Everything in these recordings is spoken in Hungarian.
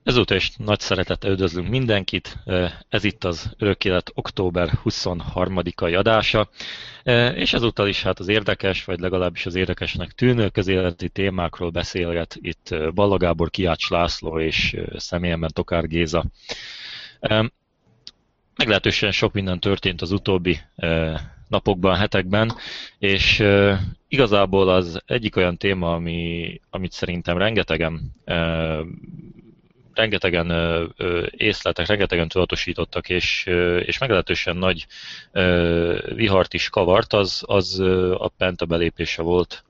Ezúttal is nagy szeretettel üdvözlünk mindenkit. Ez itt az Örök Élet október 23-ai adása, és ezúttal is hát az érdekes, vagy legalábbis az érdekesnek tűnő közéleti témákról beszélget itt Balla Gábor, Kiács László és személyemben Tokár Géza. Meglehetősen sok minden történt az utóbbi napokban, hetekben, és igazából az egyik olyan téma, amit szerintem rengetegen észleltek, rengetegen tudatosítottak, és meglehetősen nagy vihart is kavart, az a Penta belépése volt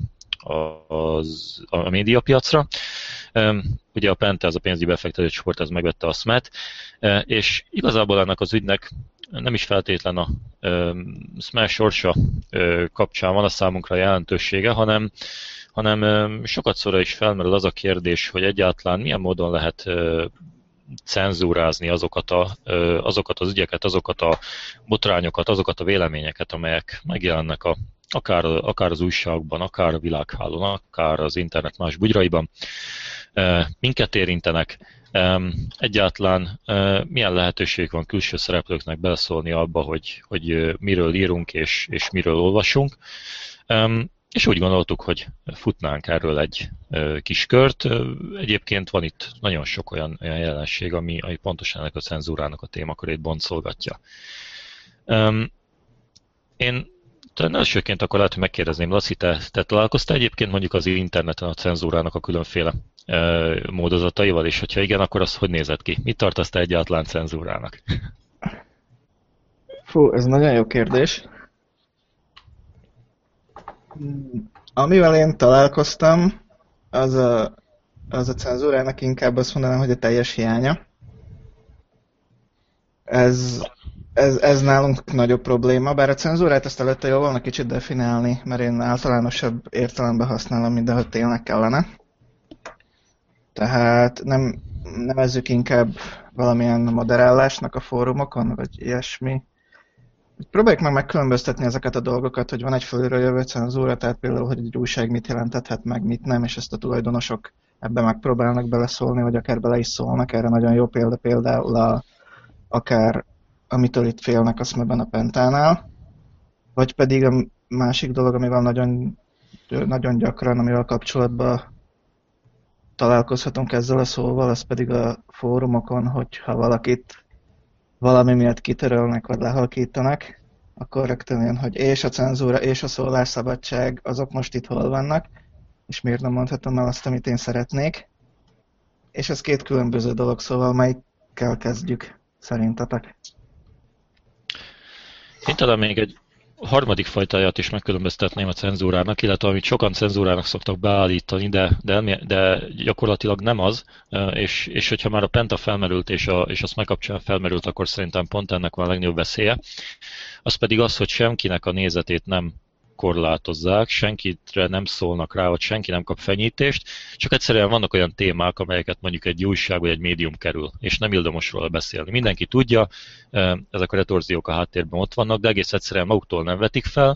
a médiapiacra. Ugye a Penta, ez a pénzügyi befektető csoport, ez megvette a SME-t, és igazából ennek az ügynek nem is feltétlen a SME sorsa kapcsán van a számunkra jelentősége, hanem sokat szóra is felmerül az a kérdés, hogy egyáltalán milyen módon lehet cenzúrázni azokat az ügyeket, azokat a botrányokat, azokat a véleményeket, amelyek megjelennek akár az újságban, akár a világhálón, akár az internet más bugyraiban, minket érintenek. Egyáltalán milyen lehetőség van külső szereplőknek beleszólni abba, hogy miről írunk és miről olvasunk. És úgy gondoltuk, hogy futnánk erről egy kis kört. Egyébként van itt nagyon sok olyan jelenség, ami pontosan ennek a cenzúrának a témakörét boncolgatja. Én talán elsőként akkor lehet, hogy megkérdezném, Laci, te találkoztál egyébként mondjuk az interneten a cenzúrának a különféle módozataival, és hogyha igen, akkor az hogy nézett ki? Mit tartasz te egyáltalán cenzúrának? Fú, ez nagyon jó kérdés. Amivel én találkoztam, az a cenzúrának inkább azt mondanám, hogy a teljes hiánya. Ez nálunk nagyobb probléma, bár a cenzúrát ezt előtte jól volna kicsit definiálni, mert én általánosabb értelemben használom, mint ahogy tényleg kellene. Tehát nem nevezzük inkább valamilyen moderálásnak a fórumokon, vagy ilyesmi. Próbáljuk meg megkülönböztetni ezeket a dolgokat, hogy van egy fölülről jövő cenzúra, tehát például, hogy egy újság mit jelentethet meg, mit nem, és ezt a tulajdonosok ebbe megpróbálnak beleszólni, vagy akár bele is szólnak. Erre nagyon jó például akár amitől itt félnek a SME-ben a Pentánál, vagy pedig a másik dolog, amivel nagyon gyakran, amivel kapcsolatban találkozhatunk ezzel a szóval, az pedig a fórumokon, hogyha valakit valami miatt kitörölnek, vagy lehalkítanak, akkor rögtön jön, hogy és a cenzúra, és a szólásszabadság, azok most itt hol vannak, és miért nem mondhatom el azt, amit én szeretnék. És ez két különböző dolog, szóval melyikkel kezdjük, szerintetek? Én talán még egy harmadik fajtáját is megkülönböztetném a cenzúrának, illetve amit sokan cenzúrának szoktak beállítani, de gyakorlatilag nem az, és hogyha már a Penta felmerült, és azt megkapcsán felmerült, akkor szerintem pont ennek van a legnagyobb veszélye. Az pedig az, hogy senkinek a nézetét nem korlátozzák, senkire nem szólnak rá, vagy senki nem kap fenyítést, csak egyszerűen vannak olyan témák, amelyeket mondjuk egy újság vagy egy médium kerül, és nem ildomos róla beszélni. Mindenki tudja, ezek a retorziók a háttérben ott vannak, de egész egyszerűen maguktól nem vetik fel,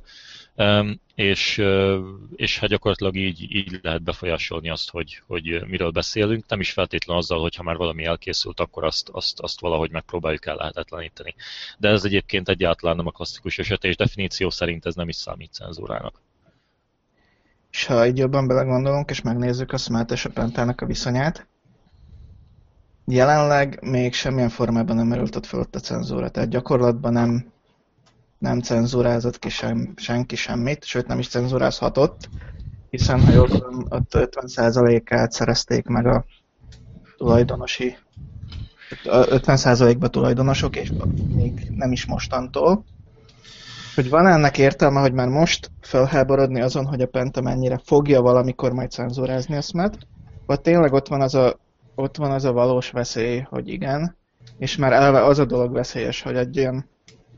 és hát gyakorlatilag így lehet befolyásolni azt, hogy miről beszélünk, nem is feltétlenül azzal, hogy ha már valami elkészült, akkor azt valahogy megpróbáljuk ellehetetleníteni. De ez egyébként egyáltalán nem a klasszikus eset, és definíció szerint ez nem is számít cenzúrának. És ha így jobban belegondolunk, és megnézzük a SME-t és a Pentának a viszonyát, jelenleg még semmilyen formában nem merült ott fölött a cenzúra, tehát gyakorlatban nem cenzúrázott ki senki semmit, sőt nem is cenzúrázhatott, hiszen ha jól tudom, ott 50%-át szerezték meg a tulajdonosi, 50%-ba tulajdonosok, és még nem is mostantól. Hogy van ennek értelme, hogy már most felháborodni azon, hogy a Penta mennyire fogja valamikor majd cenzúrázni a SME-t, vagy tényleg ott van az a valós veszély, hogy igen, és már eleve az a dolog veszélyes, hogy egy ilyen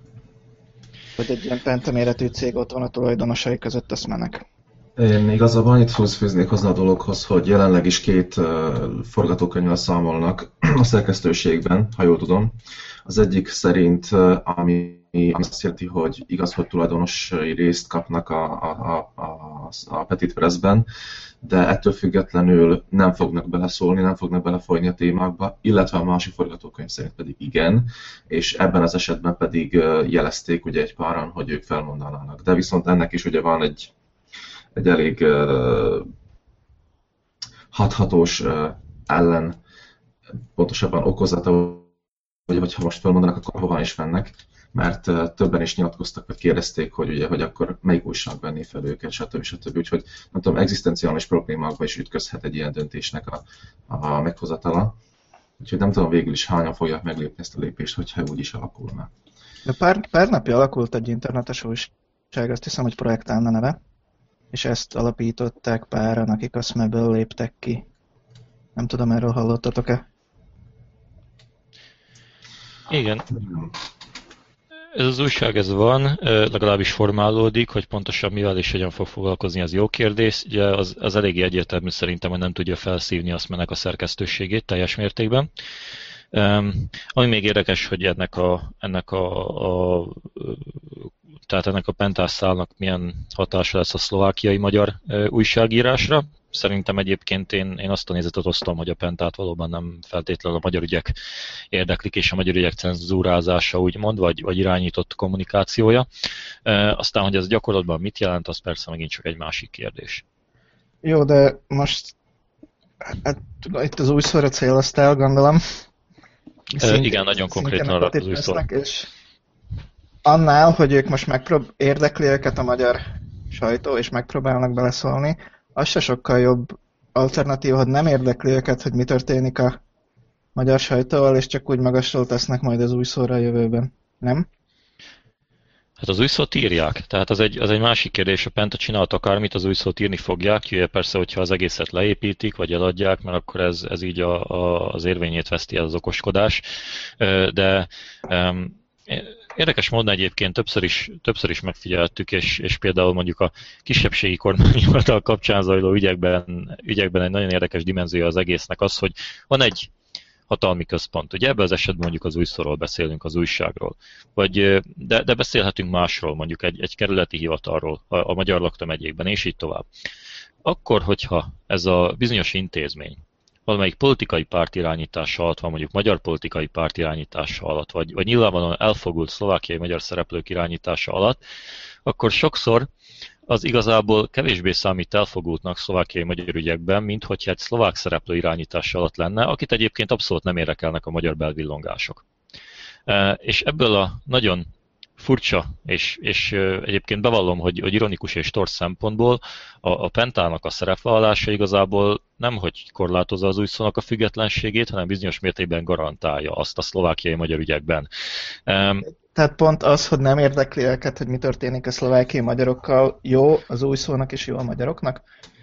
Penta méretű cég ott van a tulajdonosai között a SME-nek. Én igazából annyit hozzáfűznék hozzá a dologhoz, hogy jelenleg is két forgatókönyvvel számolnak a szerkesztőségben, ha jól tudom. Az egyik szerint, ami azt jelenti, hogy igaz, hogy tulajdonosi részt kapnak a a Petit Pressben, de ettől függetlenül nem fognak beleszólni, nem fognak belefolyni a témákba, illetve a másik forgatókönyv szerint pedig igen, és ebben az esetben pedig jelezték ugye egy páran, hogy ők felmondanának. De viszont ennek is ugye van egy elég hathatós ellen, pontosabban okozata, hogy ha most felmondanak, akkor hova is mennek, mert többen is nyilatkoztak, vagy kérdezték, hogy ugye, hogy akkor melyik újság venné fel őket, stb. Úgyhogy nem tudom, egzisztenciális problémákba is ütközhet egy ilyen döntésnek a meghozatala. Úgyhogy nem tudom végül is hányan fogják meglépni ezt a lépést, hogyha úgy is alakulna. De pár napja alakult egy internetes újság, azt hiszem, hogy Projektálna neve, és ezt alapították páran, akik a SME-ből léptek ki. Nem tudom, erről hallottatok-e? Igen. Ez az újság ez van, legalábbis formálódik, hogy pontosan mivel és hogyan fog foglalkozni, az jó kérdés. Ugye az eléggé egyértelmű szerintem, hogy nem tudja felszívni a SME-nek a szerkesztőségét teljes mértékben. Ami még érdekes, hogy ennek a pentás szálnak milyen hatása lesz a szlovákiai magyar újságírásra. Szerintem egyébként én azt a nézetet osztom, hogy a pentát valóban nem feltétlenül a magyar ügyek érdeklik, és a magyar ügyek cenzúrázása úgymond, vagy irányított kommunikációja. Aztán, hogy ez gyakorlatban mit jelent, az persze megint csak egy másik kérdés. Jó, de most itt az újszóra céloztál, gondolom. Igen, nagyon konkrétan arra az újszóra. És annál, hogy ők most érdekli őket a magyar sajtó, és megpróbálnak beleszólni, az se sokkal jobb alternatíva, hogy nem érdekli őket, hogy mi történik a magyar sajtóval, és csak úgy magasról tesznek majd az újszóra a jövőben. Nem? Hát az újszót írják, tehát az egy másik kérdés, a Penta csinált akármit, az újszót írni fogják, jöjjön persze, hogyha az egészet leépítik, vagy eladják, mert akkor ez így az érvényét veszti, ez az okoskodás, de érdekes módon egyébként többször is megfigyeltük, és például mondjuk a kisebbségi kormányhivatal kapcsán zajló ügyekben egy nagyon érdekes dimenziója az egésznek az, hogy van egy hatalmi központ. Ugye ebben az esetben mondjuk az újszóról beszélünk, az újságról. De beszélhetünk másról, mondjuk egy kerületi hivatalról, a Magyar Lakta-megyékben, és így tovább. Akkor, hogyha ez a bizonyos intézmény valamelyik politikai párt irányítása alatt van, mondjuk magyar politikai párt irányítása alatt, vagy nyilvánvalóan elfogult szlovákiai magyar szereplők irányítása alatt, akkor sokszor az igazából kevésbé számít elfogultnak szlovákiai magyar ügyekben, mint hogyha egy szlovák szereplő irányítása alatt lenne, akit egyébként abszolút nem érdekelnek a magyar belvillongások. És ebből a nagyon furcsa, és egyébként bevallom, hogy ironikus és torz szempontból a Pentának a szerepvállalása igazából nem hogy korlátozza az újszónak a függetlenségét, hanem bizonyos mértékben garantálja azt a szlovákiai magyar ügyekben. Tehát pont az, hogy nem érdekli őket, hogy mi történik a szlovákiai magyarokkal, jó az újszónak és jó a magyaroknak?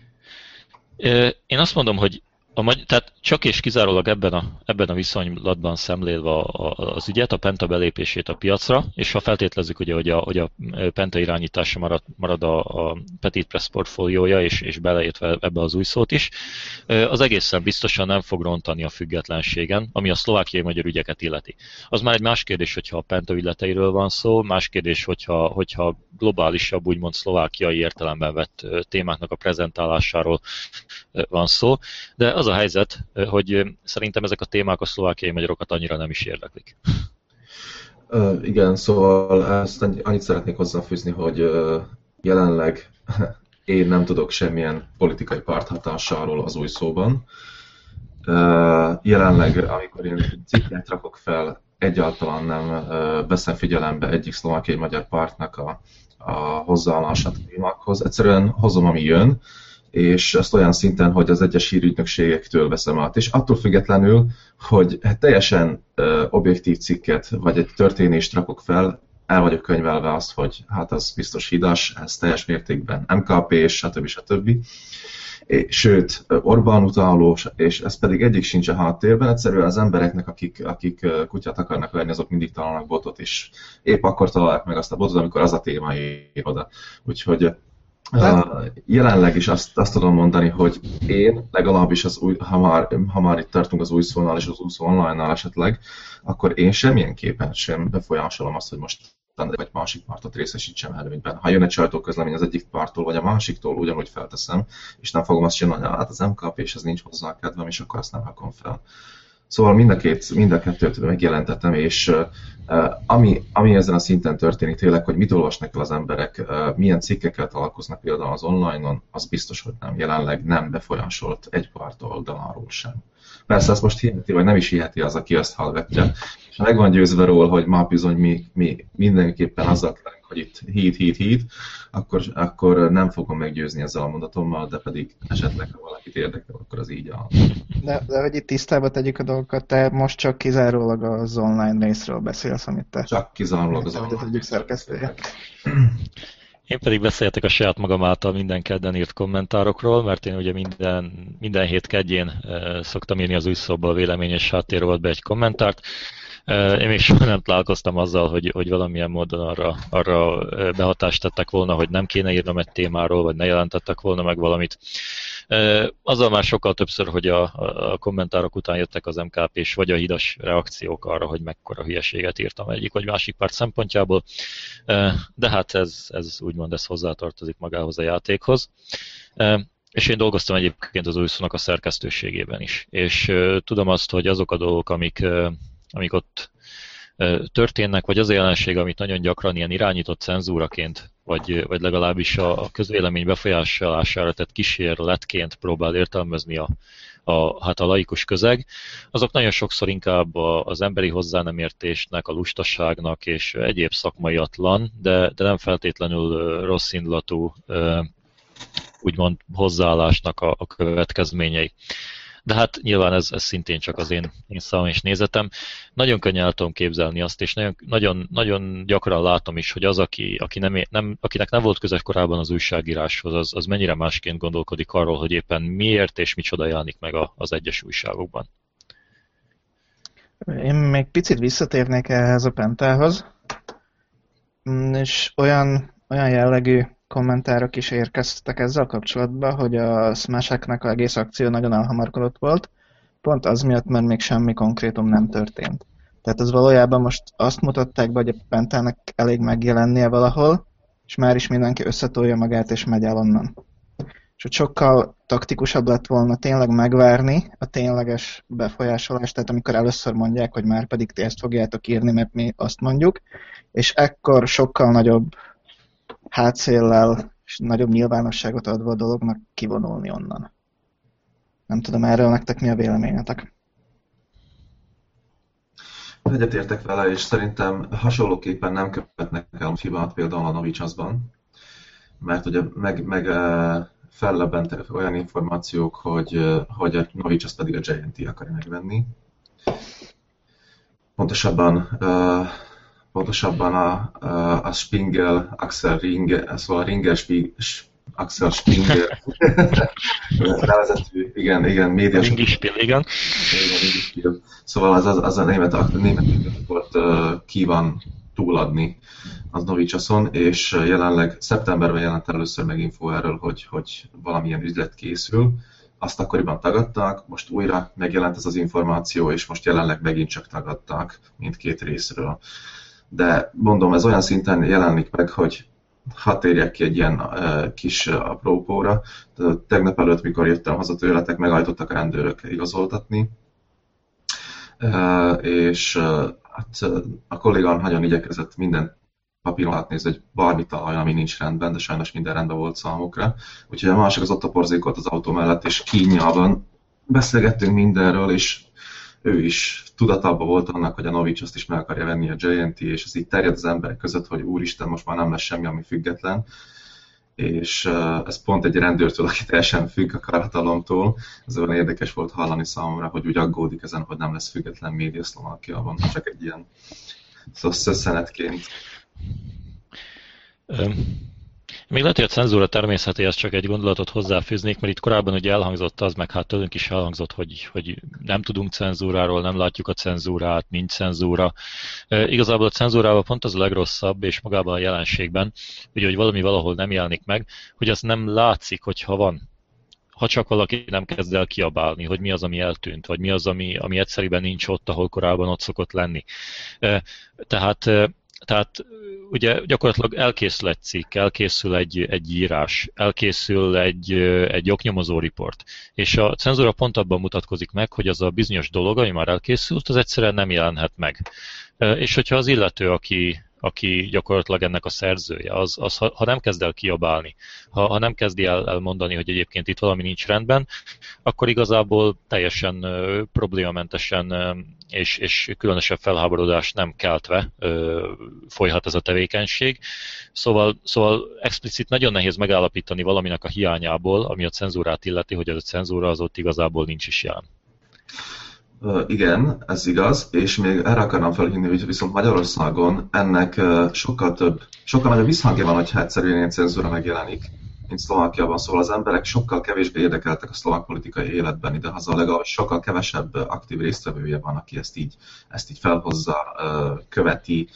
Én azt mondom, hogy tehát csak és kizárólag ebben a viszonylatban szemlélve az ügyet, a Penta belépését a piacra, és ha feltételezzük, ugye, hogy a Penta irányítása marad a Petit Press portfóliója, és beleértve ebbe az újszót is, az egészen biztosan nem fog rontani a függetlenségen, ami a szlovákiai magyar ügyeket illeti. Az már egy más kérdés, hogyha a Penta ügyleteiről van szó, más kérdés, hogyha globálisabb, úgymond szlovákiai értelemben vett témáknak a prezentálásáról van szó, de az a helyzet, hogy szerintem ezek a témák a szlovákiai magyarokat annyira nem is érdeklik. Igen, szóval ezt annyit szeretnék hozzáfűzni, hogy jelenleg én nem tudok semmilyen politikai párt hatásáról az újszóban. Jelenleg, amikor én cikket rakok fel, egyáltalán nem veszem figyelembe egyik szlovákiai magyar pártnak a hozzáállását a témákhoz. Egyszerűen hozom, ami jön, és ezt olyan szinten, hogy az egyes hírügynökségektől veszem át. És attól függetlenül, hogy teljesen objektív cikket, vagy egy történést rakok fel, el vagyok könyvelve azt, hogy hát az biztos hídas, ez teljes mértékben MKP-s, stb. Sőt, Orbán utáló, és ez pedig egyik sincs a háttérben, egyszerűen az embereknek, akik kutyát akarnak verni, azok mindig találnak botot, és épp akkor találják meg azt a botot, amikor az a téma ér oda. Úgyhogy jelenleg is azt tudom mondani, hogy én legalábbis ha már itt tartunk az újszónál és az újszó online-nál esetleg, akkor én semmilyenképpen sem befolyásolom azt, hogy most vagy másik pártot részesítsem előnyben. Ha jön egy sajtóközlemény az egyik pártól, vagy a másiktól, ugyanúgy felteszem, és nem fogom azt csinálni, hát az MKP, és ez nincs hozzá a kedvem, és akkor azt nem rakom fel. Szóval mind a kettőt megjelentettem, és ami ezen a szinten történik tényleg, hogy mit olvasnak el az emberek, milyen cikkekkel találkoznak például az online-on, az biztos, hogy nem. Jelenleg nem befolyásolt egy párt oldaláról sem. Persze ezt most hiheti, vagy nem is hiheti az, aki azt hallgatja. És ha meg van győzve róla, hogy ma bizony mi mindenképpen azzal kellünk, hogy itt híd, akkor nem fogom meggyőzni ezzel a mondatommal, de pedig esetleg, ha valakit érdekel, akkor az így áll. De hogy itt tisztába tegyük a dolgokat, te most csak kizárólag az online részről beszélsz, amit te... Csak kizárólag az online részről szerkesztője. Én pedig beszéltek a saját magam által minden kedden írt kommentárokról, mert én ugye minden hét kedjén szoktam írni az új szóból véleményes háttérrovatba egy kommentárt. Én még soha nem találkoztam azzal, hogy valamilyen módon arra behatást tettek volna, hogy nem kéne írnom egy témáról, vagy ne jelentettek volna meg valamit. Azzal már sokkal többször, hogy a kommentárok után jöttek az MKP-s vagy a hidas reakciók arra, hogy mekkora hülyeséget írtam egyik vagy másik párt szempontjából, de hát ez úgymond ez hozzátartozik magához a játékhoz. És én dolgoztam egyébként az új szónak a szerkesztőségében is, és tudom azt, hogy azok a dolgok, amik ott történnek, vagy az a jelenség, amit nagyon gyakran ilyen irányított cenzúraként, vagy legalábbis a közvélemény befolyásolására tett kísérletként próbál értelmezni a laikus közeg, azok nagyon sokszor inkább az emberi hozzánemértésnek, a lustaságnak és egyéb szakmaiatlan, de nem feltétlenül rosszindulatú úgymond hozzáállásnak a következményei. De hát nyilván ez szintén csak az én szám és nézetem. Nagyon könnyen el tudom képzelni azt, és nagyon gyakran látom is, hogy az, akinek nem volt köze korábban az újságíráshoz, az mennyire másként gondolkodik arról, hogy éppen miért és micsoda jelenik meg az egyes újságokban. Én még picit visszatérnék ehhez a Pentához, és olyan jellegű kommentárok is érkeztek ezzel kapcsolatban, hogy a Smash-eknek az egész akció nagyon elhamarkodott volt, pont az miatt, mert még semmi konkrétum nem történt. Tehát ez valójában most azt mutatták be, hogy a Pentának elég megjelennie valahol, és már is mindenki összetolja magát és megy el onnan. És hogy sokkal taktikusabb lett volna tényleg megvárni a tényleges befolyásolást, tehát amikor először mondják, hogy már pedig ti ezt fogjátok írni, mert mi azt mondjuk, és ekkor sokkal nagyobb hátszéllel és nagyobb nyilvánosságot adva a dolognak kivonulni onnan. Nem tudom, erről nektek mi a véleményetek? Egyetértek vele, és szerintem hasonlóképpen nem követnek el hibát például a Novicasban, mert ugye meg fellebbentek olyan információk, hogy a Novicas pedig a JNT akarja megvenni. Pontosabban a Spingel, Axel Ringer, szóval a Ringer Axel Springer nevezetű, igen, média. Ringispiel, igen. Szóval az a német volt kíván túladni az Novicason, és jelenleg szeptemberben jelent először meg info erről, hogy valamilyen üzlet készül. Azt akkoriban tagadták, most újra megjelent ez az információ, és most jelenleg megint csak tagadták mindkét részről. De mondom, ez olyan szinten jelenik meg, hogy hadd térjek ki egy ilyen kis aprópóra. Tegnap előtt, mikor jöttem haza tőletek, megállítottak a rendőrök igazoltatni, és hát a kollégám nagyon igyekezett minden papíron átnézni, hogy bármi találjon, ami nincs rendben, de sajnos minden rendben volt számukra. Úgyhogy a másik az ott toporzékolt az autó mellett, és kínjában beszélgettünk mindenről, és ő is tudatában volt annak, hogy a Novics azt is meg akarja venni a JNT, és ez így terjed az emberek között, hogy úristen, most már nem lesz semmi, ami független. És ez pont egy rendőrtől, aki teljesen függ a karhatalomtól. Ez olyan érdekes volt hallani számomra, hogy úgy aggódik ezen, hogy nem lesz független média Szlovákiában, csak egy ilyen szösszenetként. Még lehet, hogy a cenzúra természetéhez csak egy gondolatot hozzáfűznék, mert itt korábban ugye elhangzott az, meg hát tőlünk is elhangzott, hogy nem tudunk cenzúráról, nem látjuk a cenzúrát, nincs cenzúra. Igazából a cenzúrával pont az a legrosszabb, és magában a jelenségben, ugye, hogy valami valahol nem jelenik meg, hogy az nem látszik, hogyha van. Ha csak valaki nem kezd el kiabálni, hogy mi az, ami eltűnt, vagy mi az, ami egyszerűen nincs ott, ahol korábban ott szokott lenni. Tehát Tehát ugye gyakorlatilag elkészül egy cikk, elkészül egy írás, elkészül egy oknyomozó riport, és a cenzúra pont abban mutatkozik meg, hogy az a bizonyos dolog, ami már elkészült, az egyszerűen nem jelenhet meg. És hogyha az illető, aki gyakorlatilag ennek a szerzője, az ha nem kezd el kiabálni, ha nem kezdi el mondani, hogy egyébként itt valami nincs rendben, akkor igazából teljesen problémamentesen és különösebb felháborodást nem keltve folyhat ez a tevékenység. Szóval explicit nagyon nehéz megállapítani valaminek a hiányából, ami a cenzúrát illeti, hogy ez a cenzúra az ott igazából nincs is jelen. Igen, ez igaz, és még erre akarnám felhívni, hogy viszont Magyarországon ennek sokkal nagyobb visszhangja van, hogyha egyszerűen ilyen cenzúra megjelenik, mint Szlovákiában. Szóval az emberek sokkal kevésbé érdekeltek a szlovák politikai életben idehaza, legalább sokkal kevesebb aktív résztvevője van, aki ezt így felhozza, követi,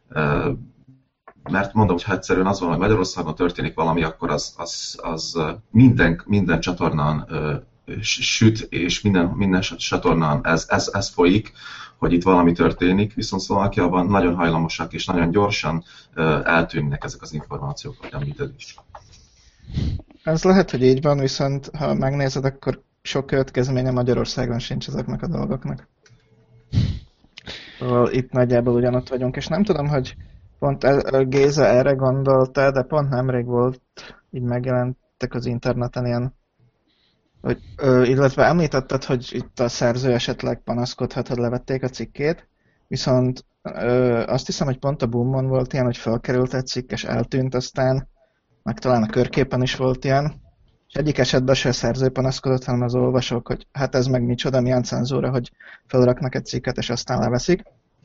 mert mondom, hogy ha egyszerűen az van, hogy Magyarországon történik valami, akkor az minden csatornán süt, és minden csatornán ez folyik, hogy itt valami történik, viszont Szlovákiában nagyon hajlamosak és nagyon gyorsan eltűnnek ezek az információk, hogy említed is. Ez lehet, hogy így van, viszont ha megnézed, akkor sok következménye Magyarországon sincs ezeknek a dolgoknak. Szóval itt nagyjából ugyanott vagyunk, és nem tudom, hogy pont Géza erre gondolta, de pont nemrég volt, így megjelentek az interneten ilyen, illetve említetted, hogy itt a szerző esetleg panaszkodhat, hogy levették a cikkét, viszont azt hiszem, hogy pont a Boomon volt ilyen, hogy felkerült egy cikk, és eltűnt aztán, meg talán a Körképen is volt ilyen, és egyik esetben se a szerző panaszkodott, hanem az olvasók, hogy hát ez meg micsoda, milyen cenzúra, hogy felraknak egy cikket, és aztán leveszik.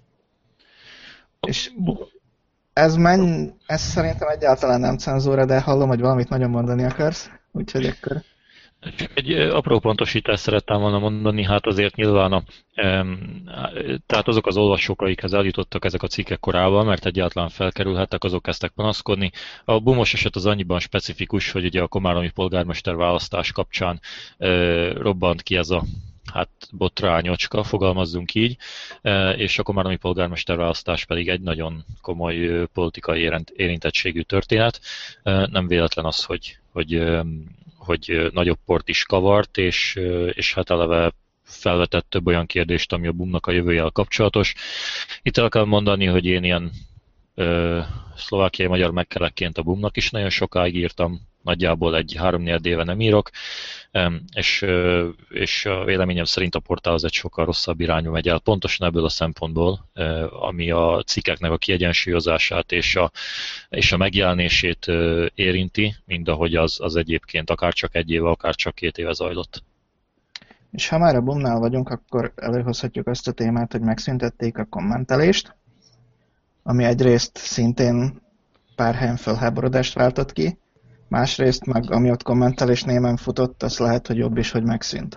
És ez szerintem egyáltalán nem cenzúra, de hallom, hogy valamit nagyon mondani akarsz, úgyhogy akkor... Egy apró pontosítást szerettem volna mondani, hát azért nyilván tehát azok az olvasók, akikhez eljutottak ezek a cikkek korábban, mert egyáltalán felkerülhettek, azok kezdtek panaszkodni. A Boomos eset az annyiban specifikus, hogy ugye a komáromi polgármester választás kapcsán robbant ki ez a botrányocska, fogalmazzunk így, és a komáromi polgármester választás pedig egy nagyon komoly politikai érintettségű történet. Nem véletlen az, hogy nagyobb port is kavart, és hát eleve felvetett több olyan kérdést, ami a Boomnak a jövőjel kapcsolatos. Itt el kell mondani, hogy én ilyen szlovákiai magyar megkelekként a Boomnak is nagyon sokáig írtam, nagyjából egy 3-4 éve nem írok, és a véleményem szerint a portál az egy sokkal rosszabb irányba megy el, pontosan ebből a szempontból, ami a cikkeknek a kiegyensúlyozását és a megjelenését érinti, mint ahogy az egyébként akár csak 1 éve, akár csak 2 éve zajlott. És ha már a Boomnál vagyunk, akkor előhozhatjuk azt a témát, hogy megszüntették a kommentelést, ami egyrészt szintén pár helyen felháborodást váltott ki, másrészt meg ami ott kommentelés némen futott, az lehet, hogy jobb is, hogy megszűnt.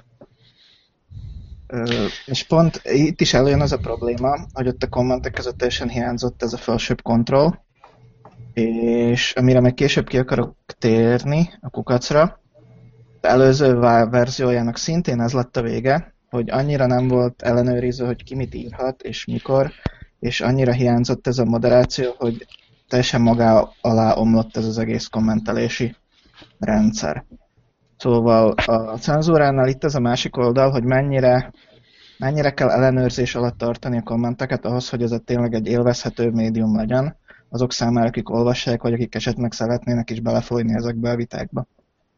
És pont itt is előjön az a probléma, hogy ott a kommentek között teljesen hiányzott ez a felsőbb kontroll, és amire meg később ki akarok térni a kukacra, az előző verziójának szintén ez lett a vége, hogy annyira nem volt ellenőriző, hogy ki mit írhat és mikor, és annyira hiányzott ez a moderáció, hogy teljesen magá alá omlott ez az egész kommentelési rendszer. Szóval a cenzúránál itt ez a másik oldal, hogy mennyire kell ellenőrzés alatt tartani a kommenteket ahhoz, hogy ez tényleg egy élvezhető médium legyen azok számára, akik olvassák, vagy akik esetleg szeretnének is belefolyni ezekbe a vitákba.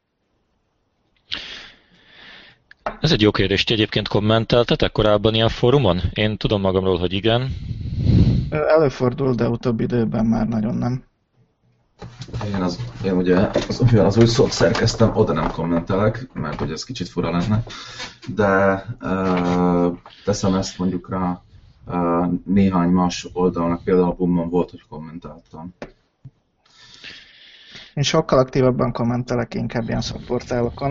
Ez egy jó kérdés. Ti egyébként kommenteltetek korábban ilyen fórumon? Én tudom magamról, hogy igen. Előfordul, de utóbbi időben már nagyon nem. Én ugye az új szót szerkeztem, oda nem kommentelek, mert hogy ez kicsit fura lenne, de teszem ezt mondjuk rá néhány más oldalnak, például a Boomon volt, hogy kommentáltam. Én sokkal aktívabban kommentelek inkább ilyen szakportálokon,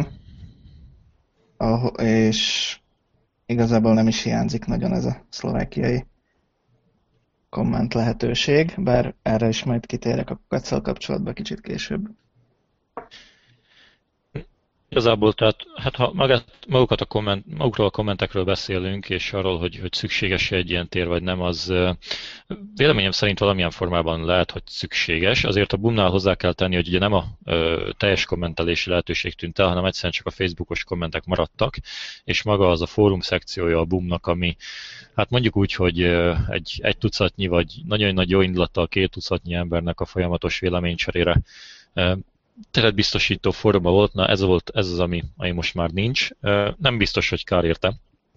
és igazából nem is hiányzik nagyon ez a szlovákiai komment lehetőség, bár erre is majd kitérek a kukacccal kapcsolatban kicsit később. Igazából, tehát hát ha magukról a kommentekről beszélünk, és arról, hogy szükséges egy ilyen tér vagy nem, az véleményem szerint valamilyen formában lehet, hogy szükséges. Azért a Boomnál hozzá kell tenni, hogy ugye nem a teljes kommentelési lehetőség tűnt el, hanem egyszerűen csak a Facebookos kommentek maradtak, és maga az a fórum szekciója a Boomnak, ami hát mondjuk úgy, hogy egy tucatnyi vagy nagyon nagy jó indulattal 2 tucatnyi embernek a folyamatos véleménycserére teret biztosító fóruma volt, na ez az, ami most már nincs. Nem biztos, hogy kár érte,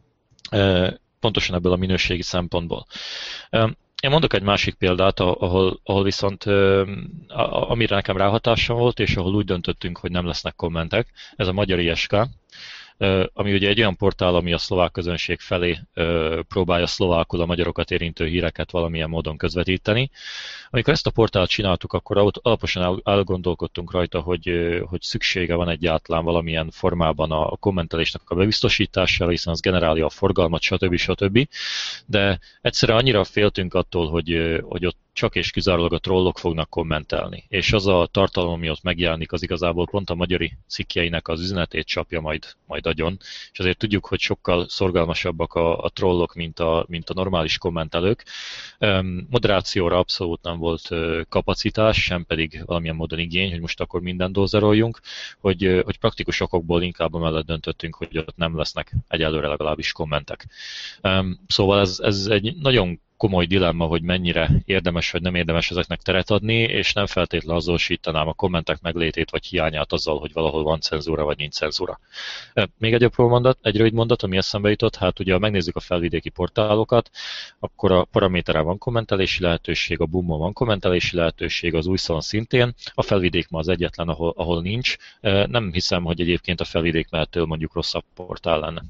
pontosan ebből a minőségi szempontból. Én mondok egy másik példát, ahol viszont amire nekem ráhatásom volt, és ahol úgy döntöttünk, hogy nem lesznek kommentek, ez a Magyar ISK, ami ugye egy olyan portál, ami a szlovák közönség felé próbálja szlovákul a magyarokat érintő híreket valamilyen módon közvetíteni. Amikor ezt a portált csináltuk, akkor alaposan elgondolkodtunk rajta, hogy szüksége van egyáltalán valamilyen formában a kommentelésnek a bebiztosítására, hiszen az generálja a forgalmat, stb. De egyszerűen annyira féltünk attól, hogy ott csak és kizárólag a trollok fognak kommentelni. És az a tartalom, ami ott megjelenik, az igazából pont a magyari cikkjeinek az üzenetét csapja majd agyon. És azért tudjuk, hogy sokkal szorgalmasabbak a trollok, mint a normális kommentelők. Moderációra abszolút nem volt kapacitás, sem pedig valamilyen módon igény, hogy most akkor mindent dozeroljunk, hogy praktikus okokból inkább amellett döntöttünk, hogy ott nem lesznek egyelőre legalábbis kommentek. Szóval ez egy nagyon komoly dilemma, hogy mennyire érdemes vagy nem érdemes ezeknek teret adni, és nem feltétlenül azonosítanám a kommentek meglétét vagy hiányát azzal, hogy valahol van cenzúra vagy nincs cenzúra. Még egy rövid mondat, ami eszembe jutott, hát ugye ha megnézzük a felvidéki portálokat, akkor a Paraméteren van kommentelési lehetőség, a Boomon van kommentelési lehetőség, az Újszalon szintén, a felvidék ma az egyetlen, ahol nincs. Nem hiszem, hogy egyébként a felvidék mehetől mondjuk rosszabb portál lenne.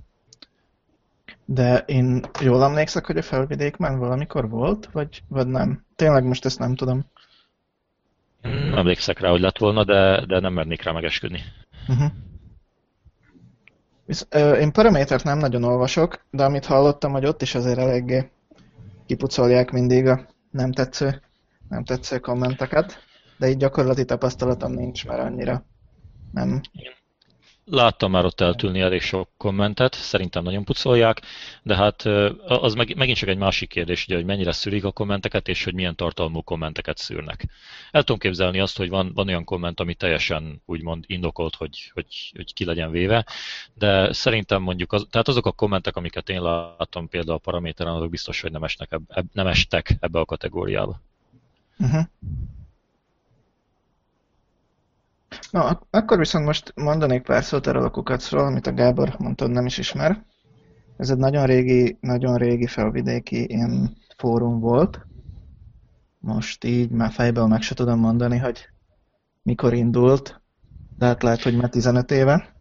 De én jól emlékszek, hogy a felvidékben valamikor volt, vagy nem? Tényleg most ezt nem tudom. Nem emlékszek rá, hogy lett volna, de nem mernék rá megesküdni. Uh-huh. Én paramétert nem nagyon olvasok, de amit hallottam, hogy ott is azért eléggé kipucolják mindig a nem tetsző kommenteket, de így gyakorlati tapasztalatom nincs, mert annyira nem. Láttam már ott eltűnni elég sok kommentet, szerintem nagyon pucolják, de hát az megint csak egy másik kérdés, ugye, hogy mennyire szűrik a kommenteket, és hogy milyen tartalmú kommenteket szűrnek. El tudom képzelni azt, hogy van olyan komment, ami teljesen úgymond indokolt, hogy ki legyen véve, de szerintem mondjuk, tehát azok a kommentek, amiket én láttam például a Paraméteren, azok biztos, hogy nem estek ebbe a kategóriába. Uh-huh. Na, akkor viszont most mondanék pár szót erről a kukacról, amit a Gábor mondta, nem is ismer. Ez egy nagyon régi felvidéki ilyen fórum volt. Most így már fejből meg se tudom mondani, hogy mikor indult, de hát lehet, hogy már 15 éve.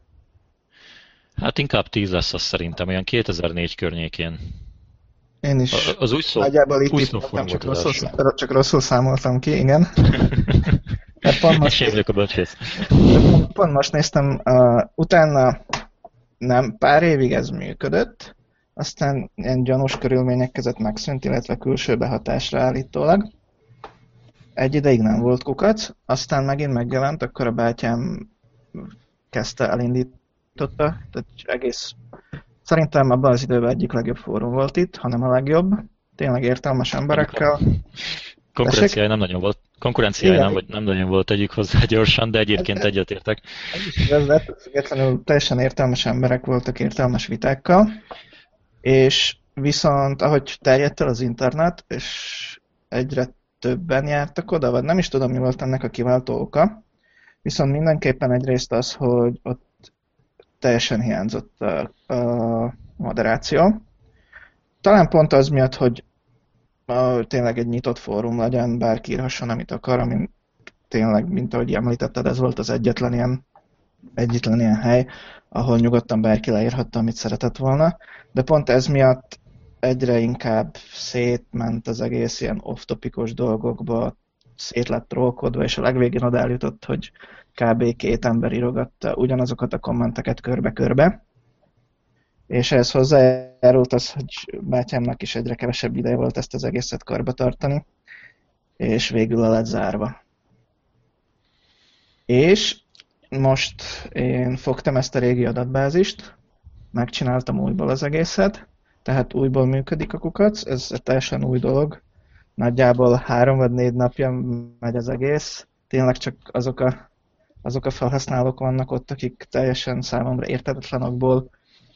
Hát inkább 10 lesz az szerintem, olyan 2004 környékén. Én is az új szó, nagyjából itt voltam, csak rosszul számoltam ki, igen. Pont most néztem, utána nem, pár évig ez működött, aztán ilyen gyanús körülmények között megszűnt, illetve külső behatásra állítólag. Egy ideig nem volt kukac, aztán megint megjelent, akkor a bátyám elindította, tehát egész, szerintem abban az időben egyik legjobb fórum volt itt, hanem a legjobb, tényleg értelmes emberekkel. Konkurenciája nem nagyon volt. Nem nagyon volt, tegyük hozzá gyorsan, de egyébként egyetértek. Függetlenül teljesen értelmes emberek voltak értelmes vitákkal, és viszont ahogy terjedt el az internet, és egyre többen jártak oda, vagy nem is tudom, mi volt ennek a kiváltó oka, viszont mindenképpen egyrészt az, hogy ott teljesen hiányzott a moderáció. Talán pont az miatt, hogy tényleg egy nyitott fórum legyen, bárki írhasson, amit akar, ami tényleg, mint ahogy említetted, ez volt az egyetlen ilyen hely, ahol nyugodtan bárki leírhatta, amit szeretett volna, de pont ez miatt egyre inkább szétment az egész ilyen off-topikos dolgokba, szét lett trollkodva, és a legvégén oda eljutott, hogy kb. 2 ember írogatta ugyanazokat a kommenteket körbe-körbe, és ehhez hozzájárult az, hogy bátyámnak is egyre kevesebb ideje volt ezt az egészet karba tartani, és végül le lett zárva. És most én fogtam ezt a régi adatbázist, megcsináltam újból az egészet, tehát újból működik a kukac, ez teljesen új dolog. Nagyjából 3 vagy 4 napja megy az egész. Tényleg csak azok a felhasználók vannak ott, akik teljesen számomra érthetetlen okból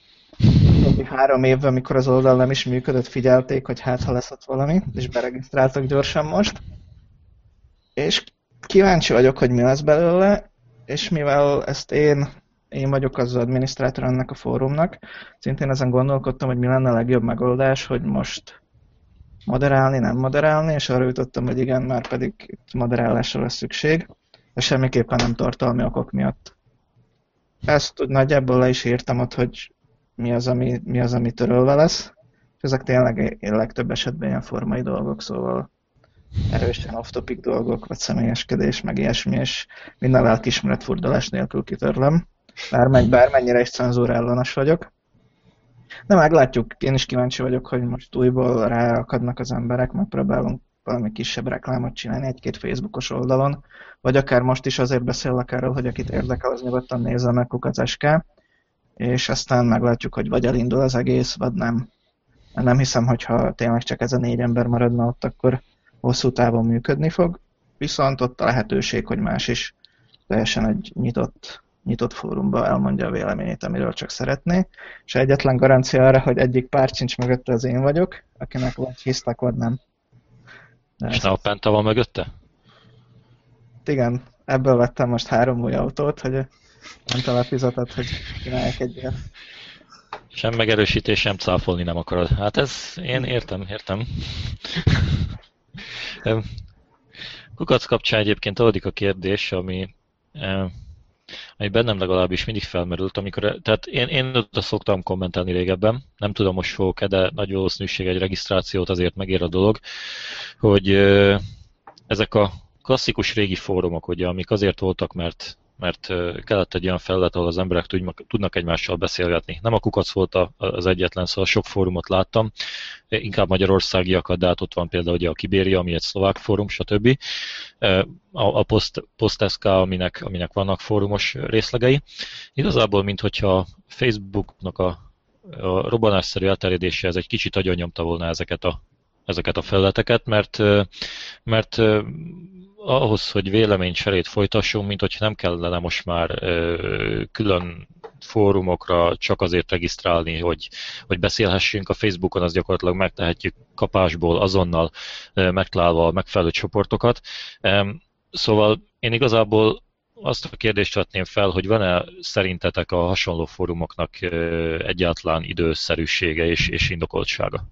3 évvel, amikor az oldal nem is működött, figyelték, hogy hát ha lesz ott valami, és beregisztráltak gyorsan most. És kíváncsi vagyok, hogy mi lesz belőle, és mivel ezt én vagyok az adminisztrátor ennek a fórumnak, szintén ezen gondolkodtam, hogy mi lenne a legjobb megoldás, hogy most moderálni, nem moderálni, és arra jutottam, hogy igen, már pedig itt moderálásra lesz szükség, de semmiképpen nem tartalmi okok miatt. Ezt nagyjából le is írtam ott, hogy mi az, ami törölve lesz, és ezek tényleg legtöbb esetben ilyen formai dolgok, szóval erősen off-topic dolgok, vagy személyeskedés, meg ilyesmi, és minden lelkiismeret furdalás nélkül kitörlöm, bármennyire is cenzúra ellenes vagyok. De meglátjuk, én is kíváncsi vagyok, hogy most újból ráakadnak az emberek, megpróbálunk valami kisebb reklámot csinálni 1-2 Facebookos oldalon, vagy akár most is azért beszélek erről, hogy akit érdekel, az nyugodtan nézze meg kukac.sk, és aztán meglátjuk, hogy vagy elindul az egész, vagy nem. Nem hiszem, hogyha tényleg csak ez a 4 ember maradna ott, akkor hosszú távon működni fog, viszont ott a lehetőség, hogy más is teljesen egy nyitott fórumba elmondja a véleményét, amiről csak szeretné, és egyetlen garancia arra, hogy egyik párt sincs mögötte, az én vagyok, akinek vagy hisztek, vagy nem. És ne a Penta van mögötte? Igen, ebből vettem most 3 új autót, hogy nem telefizetett, hogy csinálják egy ilyet. Sem megerősítés, sem cáfolni nem akarod. Hát ez, én értem. Kukac kapcsán egyébként adódik a kérdés, ami bennem legalábbis mindig felmerült, tehát én oda szoktam kommentálni régebben, nem tudom, most fogok-e, de nagy valószínűség egy regisztrációt azért megér a dolog, hogy ezek a klasszikus régi fórumok, ugye, amik azért voltak, mert kellett egy olyan felület, ahol az emberek tudnak egymással beszélgetni. Nem a Kukac volt az egyetlen, szóval sok fórumot láttam, inkább magyarországiakat, de hát ott van például ugye a Kibéria, ami egy szlovák fórum, stb. A Post.sk, aminek vannak fórumos részlegei. Igazából, minthogyha Facebooknak a robbanásszerű elterjedése ez egy kicsit agyonnyomta volna ezeket a felületeket, mert ahhoz, hogy véleménycserét folytassunk, mint hogyha nem kellene most már külön fórumokra csak azért regisztrálni, hogy beszélhessünk a Facebookon, az gyakorlatilag megtehetjük kapásból, azonnal megtalálva a megfelelő csoportokat. Szóval én igazából azt a kérdést vetném fel, hogy van-e szerintetek a hasonló fórumoknak egyáltalán időszerűsége és indokoltsága?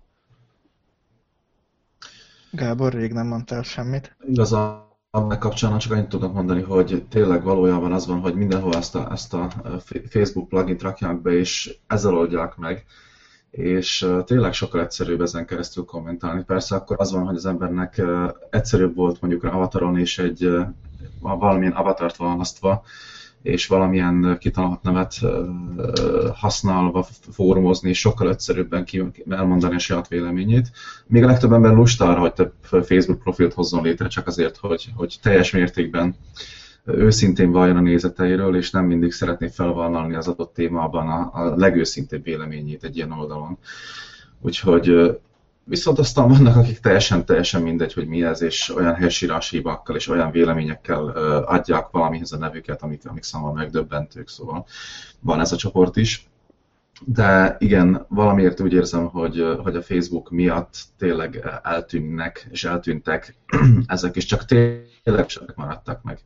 Gábor, rég nem mondtál semmit. Igazából kapcsán csak annyit tudok mondani, hogy tényleg valójában az van, hogy mindenhol ezt a Facebook plugin-t rakják be, és ezzel oldják meg, és tényleg sokkal egyszerűbb ezen keresztül kommentálni. Persze akkor az van, hogy az embernek egyszerűbb volt mondjuk avatarolni, és valamilyen avatart választva, és valamilyen kitalált nevet használva fórumozni, és sokkal egyszerűbben elmondani a saját véleményét. Még a legtöbb ember lusta arra, hogy több Facebook profilt hozzon létre, csak azért, hogy teljes mértékben őszintén valljon a nézeteiről, és nem mindig szeretné felvállalni az adott témában a legőszintébb véleményét egy ilyen oldalon. Úgyhogy viszont aztán vannak, akik teljesen mindegy, hogy mi ez, és olyan helyesírási hibákkal és olyan véleményekkel adják valamihez a nevüket, amik számomra megdöbbentők, szóval van ez a csoport is. De igen, valamiért úgy érzem, hogy a Facebook miatt tényleg eltűnnek és eltűntek ezek, és csak tényleg maradtak meg.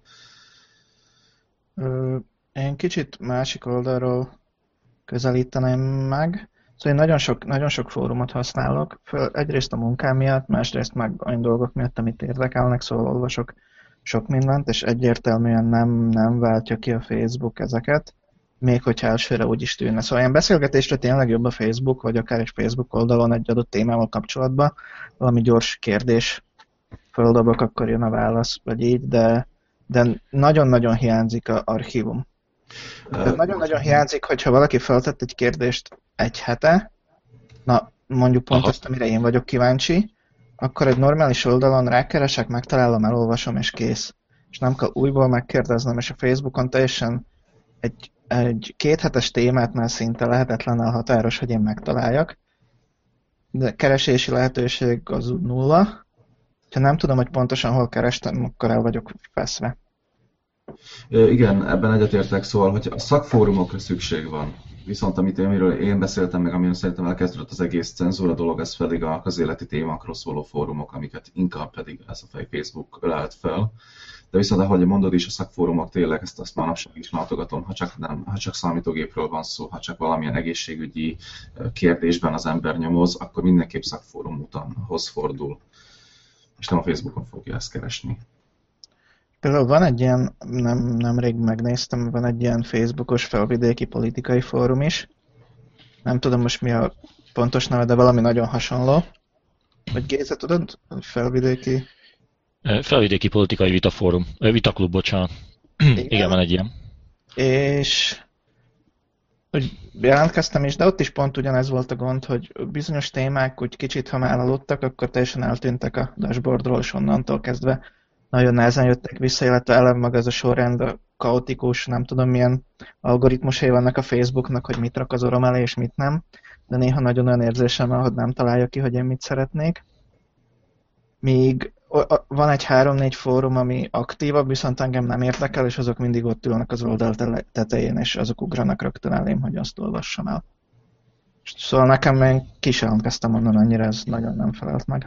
Én kicsit másik oldalról közelíteném meg. Szóval én nagyon sok fórumot használok, egyrészt a munkám miatt, másrészt meg olyan dolgok miatt, amit érdekelnek, szóval olvasok sok mindent, és egyértelműen nem váltja ki a Facebook ezeket, még hogyha elsőre úgy is tűnne. Szóval ilyen beszélgetésre tényleg jobb a Facebook, vagy akár egy Facebook oldalon egy adott témával kapcsolatban, valami gyors kérdés földobok, akkor jön a válasz, vagy így, de nagyon-nagyon hiányzik az archívum. Nagyon-nagyon hiányzik, hogyha valaki feltett egy kérdést egy hete, na mondjuk pont azt, amire én vagyok kíváncsi, akkor egy normális oldalon rákeresek, megtalálom, elolvasom és kész. és nem kell újból megkérdeznem, és a Facebookon teljesen egy 2 hetes témátnál szinte lehetetlen határos, hogy én megtaláljak, de keresési lehetőség az nulla. Ha nem tudom, hogy pontosan hol kerestem, akkor el vagyok feszve. Igen, ebben egyetértek, szóval, hogy a szakfórumokra szükség van. Viszont amiről én beszéltem meg, amiről szerintem elkezdődött az egész cenzúra dolog, ez pedig a közéleti témákról szóló fórumok, amiket inkább pedig ez a Facebook ölelt fel. De viszont, ahogy mondod is, a szakfórumok tényleg ezt manapság is látogatom, ha csak számítógépről van szó, ha csak valamilyen egészségügyi kérdésben az ember nyomoz, akkor mindenképp szakfórum utánhoz fordul. És nem a Facebookon fogja ezt keresni. Például van egy ilyen, nemrég megnéztem, van egy ilyen Facebookos felvidéki politikai fórum is. Nem tudom most mi a pontos neve, de valami nagyon hasonló. Vagy Géza, tudod? Felvidéki... Felvidéki politikai vitafórum, vitaklub, bocsánat. Igen, van egy ilyen. És úgy jelentkeztem is, de ott is pont ugyanez volt a gond, hogy bizonyos témák úgy kicsit, ha már aludtak, akkor teljesen eltűntek a dashboardról, és onnantól kezdve nagyon nehezen jöttek vissza, illetve eleve maga ez a sorrend, a kaotikus, nem tudom milyen algoritmusai vannak a Facebooknak, hogy mit rak az orrom elé, és mit nem, de néha nagyon olyan érzésem van, hogy nem találja ki, hogy én mit szeretnék. Míg van egy 3-4 fórum, ami aktívabb, viszont engem nem érdekel, és azok mindig ott ülnek az oldal tetején, és azok ugranak rögtön elém, hogy azt olvassam el. Szóval nekem még ki sem jelentkeztem onnan, annyira ez nagyon nem felelt meg.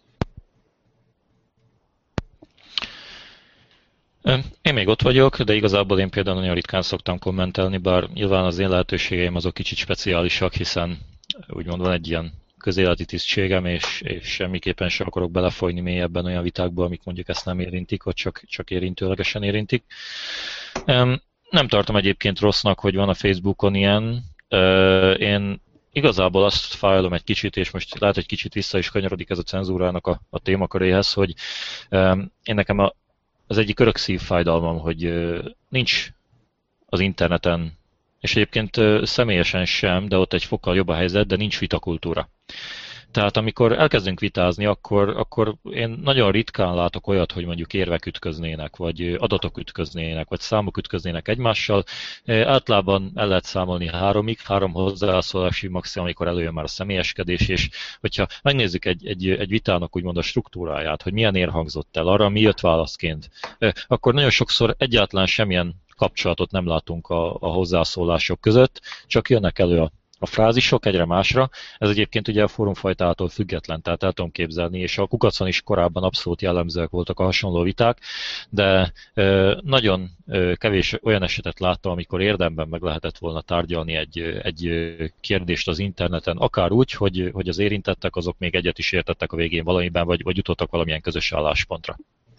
Én még ott vagyok, de igazából én például nagyon ritkán szoktam kommentelni, bár nyilván az én lehetőségeim azok kicsit speciálisak, hiszen úgymond van egy ilyen közéleti tisztségem, és semmiképpen sem akarok belefolyni mélyebben olyan vitákba, amik mondjuk ezt nem érintik, vagy csak érintőlegesen érintik. Nem tartom egyébként rossznak, hogy van a Facebookon ilyen. Én igazából azt fájlom egy kicsit, és most lehet, hogy kicsit vissza is kanyarodik ez a cenzúrának a témaköréhez, hogy én nekem az egyik örök szívfájdalmam, hogy nincs az interneten, és egyébként személyesen sem, de ott egy fokkal jobb a helyzet, de nincs vitakultúra. Tehát amikor elkezdünk vitázni, akkor én nagyon ritkán látok olyat, hogy mondjuk érvek ütköznének, vagy adatok ütköznének, vagy számok ütköznének egymással. Általában el lehet számolni 3 hozzászólási maximum, amikor előjön már a személyeskedés, és hogyha megnézzük egy vitának úgymond a struktúráját, hogy milyen ér hangzott el, arra mi jött válaszként, akkor nagyon sokszor egyáltalán semmilyen kapcsolatot nem látunk a hozzászólások között, csak jönnek elő a frázisok egyre másra. Ez egyébként ugye a fórumfajtától független, tehát el tudom képzelni, és a Kukacon is korábban abszolút jellemzőek voltak a hasonló viták, de nagyon kevés olyan esetet láttam, amikor érdemben meg lehetett volna tárgyalni egy kérdést az interneten, akár úgy, hogy az érintettek azok még egyet is értettek a végén valamiben, vagy jutottak valamilyen közös álláspontra.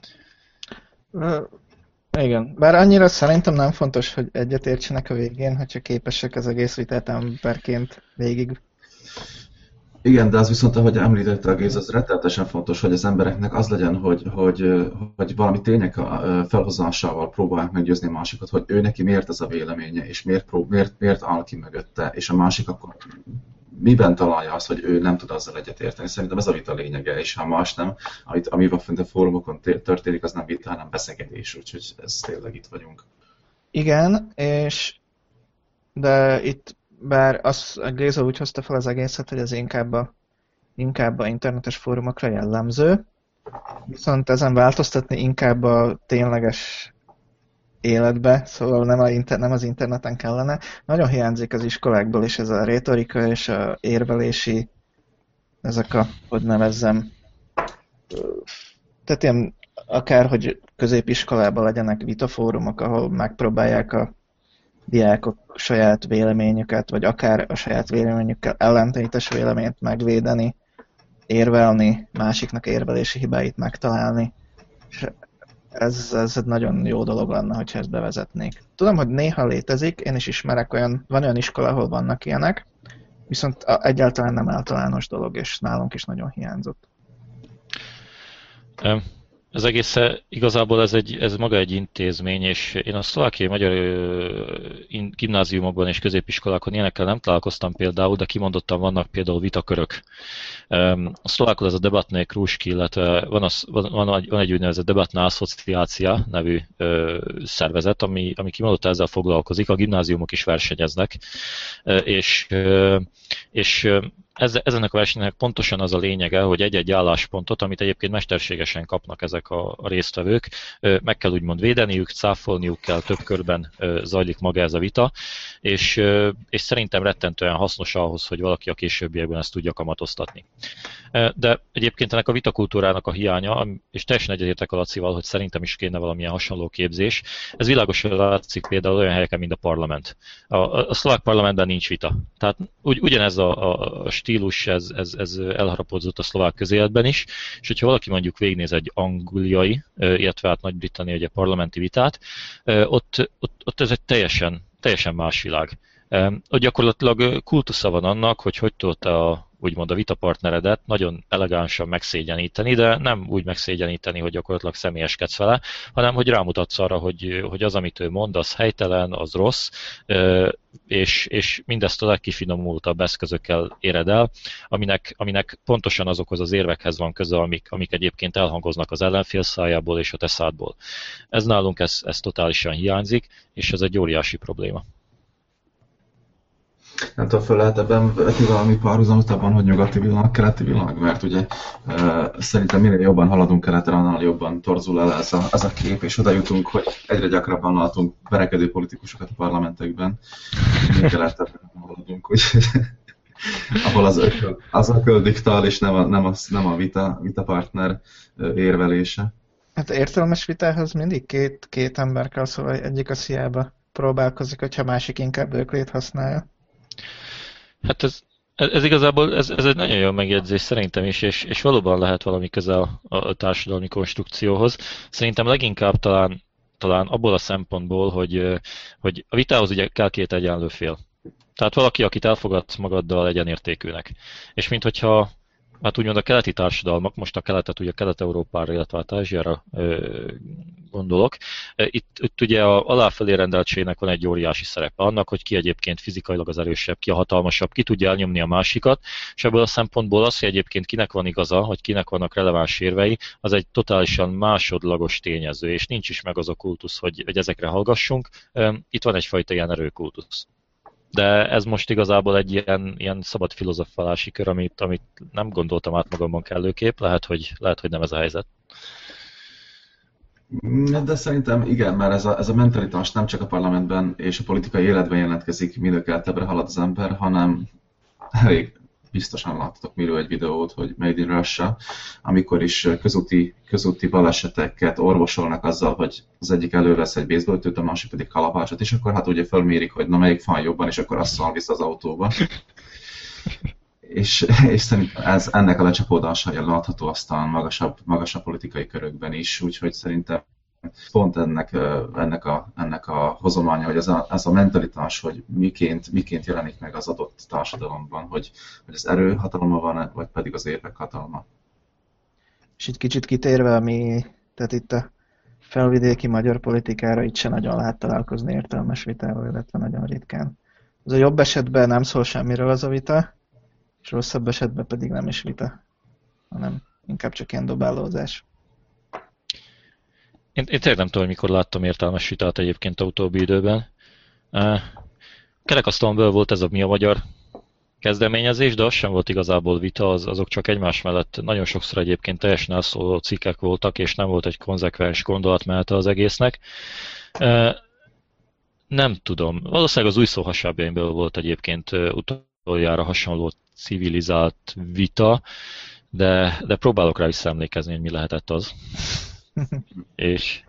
Igen, bár annyira szerintem nem fontos, hogy egyetértsenek a végén, hogyha képesek az egész vitát emberként végig. Igen, de az viszont, ahogy említette a Géza, az rettenetesen fontos, hogy az embereknek az legyen, hogy valami tények felhozásával próbálják meggyőzni a másikat, hogy ő neki miért ez a véleménye, és miért áll ki mögötte, és a másik akkor miben találja azt, hogy ő nem tud azzal egyetérteni. Szerintem ez a vita lényege, és ha más nem, amivel fent a fórumokon történik, az nem vita, hanem beszélgetés, úgyhogy ez tényleg itt vagyunk. Igen, de itt bár a Géza úgy hozta fel az egészet, hogy ez inkább a internetes fórumokra jellemző, viszont ezen változtatni inkább a tényleges életbe, szóval nem az interneten kellene. Nagyon hiányzik az iskolákból is ez a rétorika és a érvelési, ezek a, hogy nevezzem, tehát ilyen akár, hogy középiskolában legyenek vitafórumok, ahol megpróbálják a diákok saját véleményüket, vagy akár a saját véleményükkel ellentétes véleményt megvédeni, érvelni, másiknak érvelési hibáit megtalálni. És ez egy nagyon jó dolog lenne, hogyha ezt bevezetnék. Tudom, hogy néha létezik, én is ismerek van olyan iskola, ahol vannak ilyenek, viszont egyáltalán nem általános dolog, és nálunk is nagyon hiányzott. Ez egész igazából ez maga egy intézmény, és én a szlovákiai magyar gimnáziumokban és középiskolákon ilyenekkel nem találkoztam például, de kimondottan vannak például vitakörök. A szlovákul ez a debatné krúžky, illetve van egy úgynevezett debatná asszociácia nevű szervezet, ami kimondottan ezzel foglalkozik, a gimnáziumok is versenyeznek, és ezennek a versenynek pontosan az a lényege, hogy egy-egy álláspontot, amit egyébként mesterségesen kapnak ezek a résztvevők, meg kell úgymond védeniük, cáfolniuk kell, több körben zajlik maga ez a vita, és szerintem rettentően hasznos ahhoz, hogy valaki a későbbiekben ezt tudja kamatoztatni. De egyébként ennek a vitakultúrának a hiánya, és teljesen egyetértek a Lacival, hogy szerintem is kéne valamilyen hasonló képzés, ez világosan látszik például olyan helyeken, mint a parlament. A szlovák parlamentben nincs vita. Tehát ugyanez a stílus, ez elharapódzott a szlovák közéletben is, és hogyha valaki mondjuk végignéz egy angliai, illetve hát Nagy-Britannia ugye parlamenti vitát, ott ez egy teljesen más világ. Ott gyakorlatilag kultusza van annak, hogy tudta úgymond a vitapartneredet nagyon elegánsan megszégyeníteni, de nem úgy megszégyeníteni, hogy gyakorlatilag személyeskedsz vele, hanem hogy rámutatsz arra, hogy az, amit ő mond, az helytelen, az rossz, és mindezt a legkifinomultabb eszközökkel éred el, aminek pontosan azokhoz az érvekhez van köze, amik egyébként elhangoznak az ellenfél szájából és a te szádból. Ez nálunk ez totálisan hiányzik, és ez egy óriási probléma. Nem tudom, föl lehet ebben vetni valami párhuzamot abban, hogy nyugati világ, keleti világ, mert ugye szerintem minél jobban haladunk keletre, annál jobban torzul el ez a kép, és oda jutunk, hogy egyre gyakrabban látunk verekedő politikusokat a parlamentekben, minél keletebben haladunk, úgyhogy ahol az ököl diktál, és nem a vitapartner érvelése. Hát értelmes vitához mindig két ember kell, szóval egyik a sziába próbálkozik, hogyha másik inkább öklét használja. Hát ez igazából ez egy nagyon jó megjegyzés szerintem is, és valóban lehet valami közel a társadalmi konstrukcióhoz. Szerintem leginkább talán abból a szempontból, hogy a vitához ugye kell két egyenlő fél. Tehát valaki, akit elfogadsz magaddal egyenértékűnek. És minthogyha hát úgymond a keleti társadalmak, most a keletet ugye Kelet-Európára, illetve a Ázsiára gondolok, itt ugye a aláfelé rendeltségnek van egy óriási szerepe annak, hogy ki egyébként fizikailag az erősebb, ki a hatalmasabb, ki tudja elnyomni a másikat, és ebből a szempontból az, hogy egyébként kinek van igaza, hogy kinek vannak releváns érvei, az egy totálisan másodlagos tényező, és nincs is meg az a kultusz, hogy ezekre hallgassunk. Itt van egyfajta ilyen erőkultusz. De ez most igazából egy ilyen szabad filozofálási kör, amit nem gondoltam át magamban kellőképp, lehet, hogy nem ez a helyzet. De szerintem igen, mert ez a mentalitás nem csak a parlamentben és a politikai életben jelentkezik, minél keletebbre halad az ember, hanem elég biztosan láttatok miről egy videót, hogy Made in Russia, amikor is közúti baleseteket orvosolnak azzal, hogy az egyik elővesz egy baseballütőt, a másik pedig kalapácsot, és akkor hát ugye fölmérik, hogy na melyik fan jobban, és akkor azt szól vissza az autóba. és szerintem ennek a lecsapódása látható aztán magasabb politikai körökben is, úgyhogy szerintem pont ennek a hozománya, hogy ez a mentalitás, hogy miként jelenik meg az adott társadalomban, hogy az erő hatalma van, vagy pedig az érvek hatalma. És itt kicsit kitérve, tehát itt a felvidéki magyar politikára itt se nagyon lehet találkozni értelmes vitával, illetve nagyon ritkán. Az a jobb esetben nem szól semmiről az a vita, és rosszabb esetben pedig nem is vita, hanem inkább csak ilyen dobálózás. Én tényleg nem tudom, hogy mikor láttam értelmes vitát egyébként a utóbbi időben. Kerekasztalon volt ez a Mi a Magyar kezdeményezés, de az sem volt igazából vita, azok csak egymás mellett nagyon sokszor egyébként teljesen elszóló cikkek voltak, és nem volt egy konzekvens gondolatmenete az egésznek. Nem tudom. Valószínűleg az új szó hasábjaimból volt egyébként utoljára hasonló civilizált vita, de próbálok rá visszaemlékezni, hogy mi lehetett az. És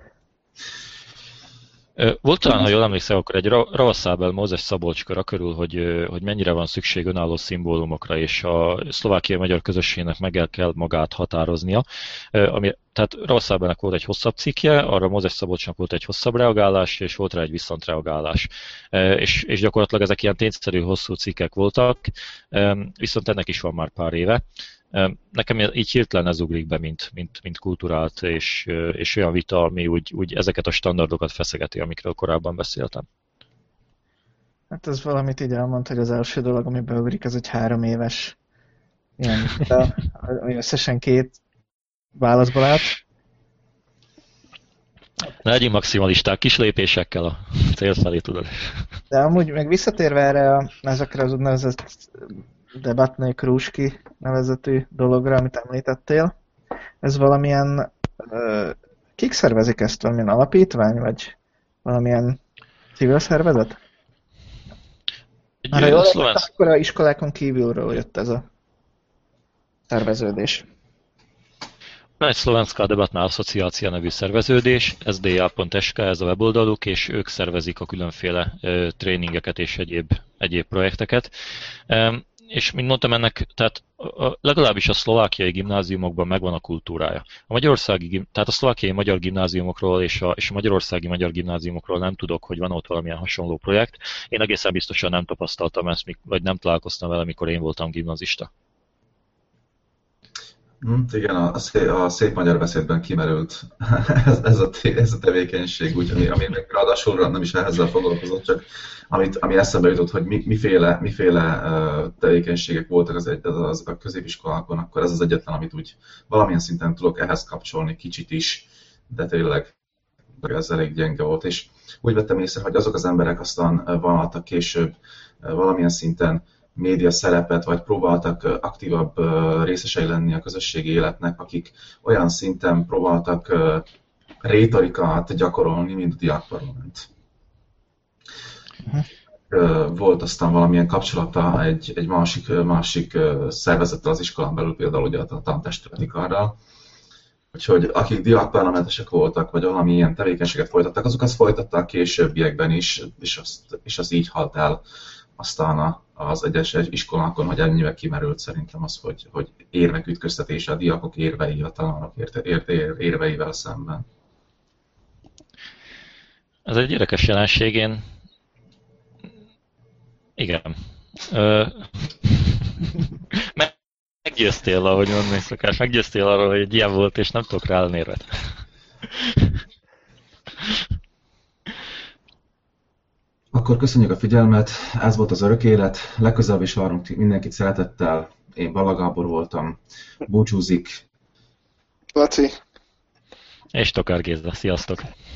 volt talán, ha jól emlékszem, akkor egy Ravasszábel Mózes Szabolcs kör körül, hogy mennyire van szükség önálló szimbólumokra, és a szlovákiai magyar közösségnek meg kell magát határoznia. Tehát Ravasszábelnek volt egy hosszabb cikkje, arra Mózes Szabolcsnak volt egy hosszabb reagálás, és volt rá egy viszontreagálás. És gyakorlatilag ezek ilyen tényszerű hosszú cikkek voltak, viszont ennek is van már pár éve. Nekem így hirtelen ez ugrik be, mint kulturált és olyan vita, ami úgy ezeket a standardokat feszegeti, amikről korábban beszéltem. Hát ez valamit így elmond, hogy az első dolog, ami beugrik, ez egy 3 éves ilyen vita, ami összesen 2 válaszból állt. Ne legyünk maximalisták, kis lépésekkel a cél felé, tudod. De amúgy meg visszatérve ezekre az úgynevezett Debatnői Krúski nevezetű dologra, amit említettél, ez valamilyen... kik szervezik ezt? Valamilyen alapítvány, vagy valamilyen civil szervezet? Már jól láttam, akkor a iskolákon kívülről jött ez a szerveződés. Van egy Szlovenská Debatná Asszociáció nevű szerveződés, sda.sk, ez a weboldaluk, és ők szervezik a különféle tréningeket és egyéb projekteket. És mint mondtam, ennek, tehát legalábbis a szlovákiai gimnáziumokban megvan a kultúrája. Tehát a szlovákiai magyar gimnáziumokról és a magyarországi magyar gimnáziumokról nem tudok, hogy van ott valamilyen hasonló projekt. Én egészen biztosan nem tapasztaltam ezt, vagy nem találkoztam vele, amikor én voltam gimnazista. Igen, a szép magyar beszédben kimerült ez a tevékenység, úgy, ami meg ráadásul nem is ezzel foglalkozott, csak ami eszembe jutott, hogy miféle tevékenységek voltak az a középiskolákon, akkor ez az egyetlen, amit úgy valamilyen szinten tudok ehhez kapcsolni kicsit is, de tényleg ez elég gyenge volt. És úgy vettem észre, hogy azok az emberek aztán vállaltak később valamilyen szinten média szerepet, vagy próbáltak aktívabb részesei lenni a közösségi életnek, akik olyan szinten próbáltak rétorikát gyakorolni, mint a diákparlament. Volt aztán valamilyen kapcsolata egy másik szervezettel az iskolán belül, például ugye a tantestületi karral, úgyhogy akik diákparlamentesek voltak, vagy valami ilyen tevékenységet folytattak, azok azt folytatták későbbiekben is, és az így halt el aztán az egyes iskolákon, hogy ennyivel kimerült szerintem az, hogy érvek ütköztetése a diákok érvei, a tanárok érveivel szemben. Ez egy érdekes jelenség, én... Igen. Meggyőztél, ahogy mondani szokás, meggyőztél arról, hogy egy ilyen volt, és nem tudok rá érvet. Akkor köszönjük a figyelmet, ez volt az Örök Élet, legközelebb is várunk mindenkit szeretettel, én Balla Gábor voltam, búcsúzik. Laci. És Tokár Géza, sziasztok!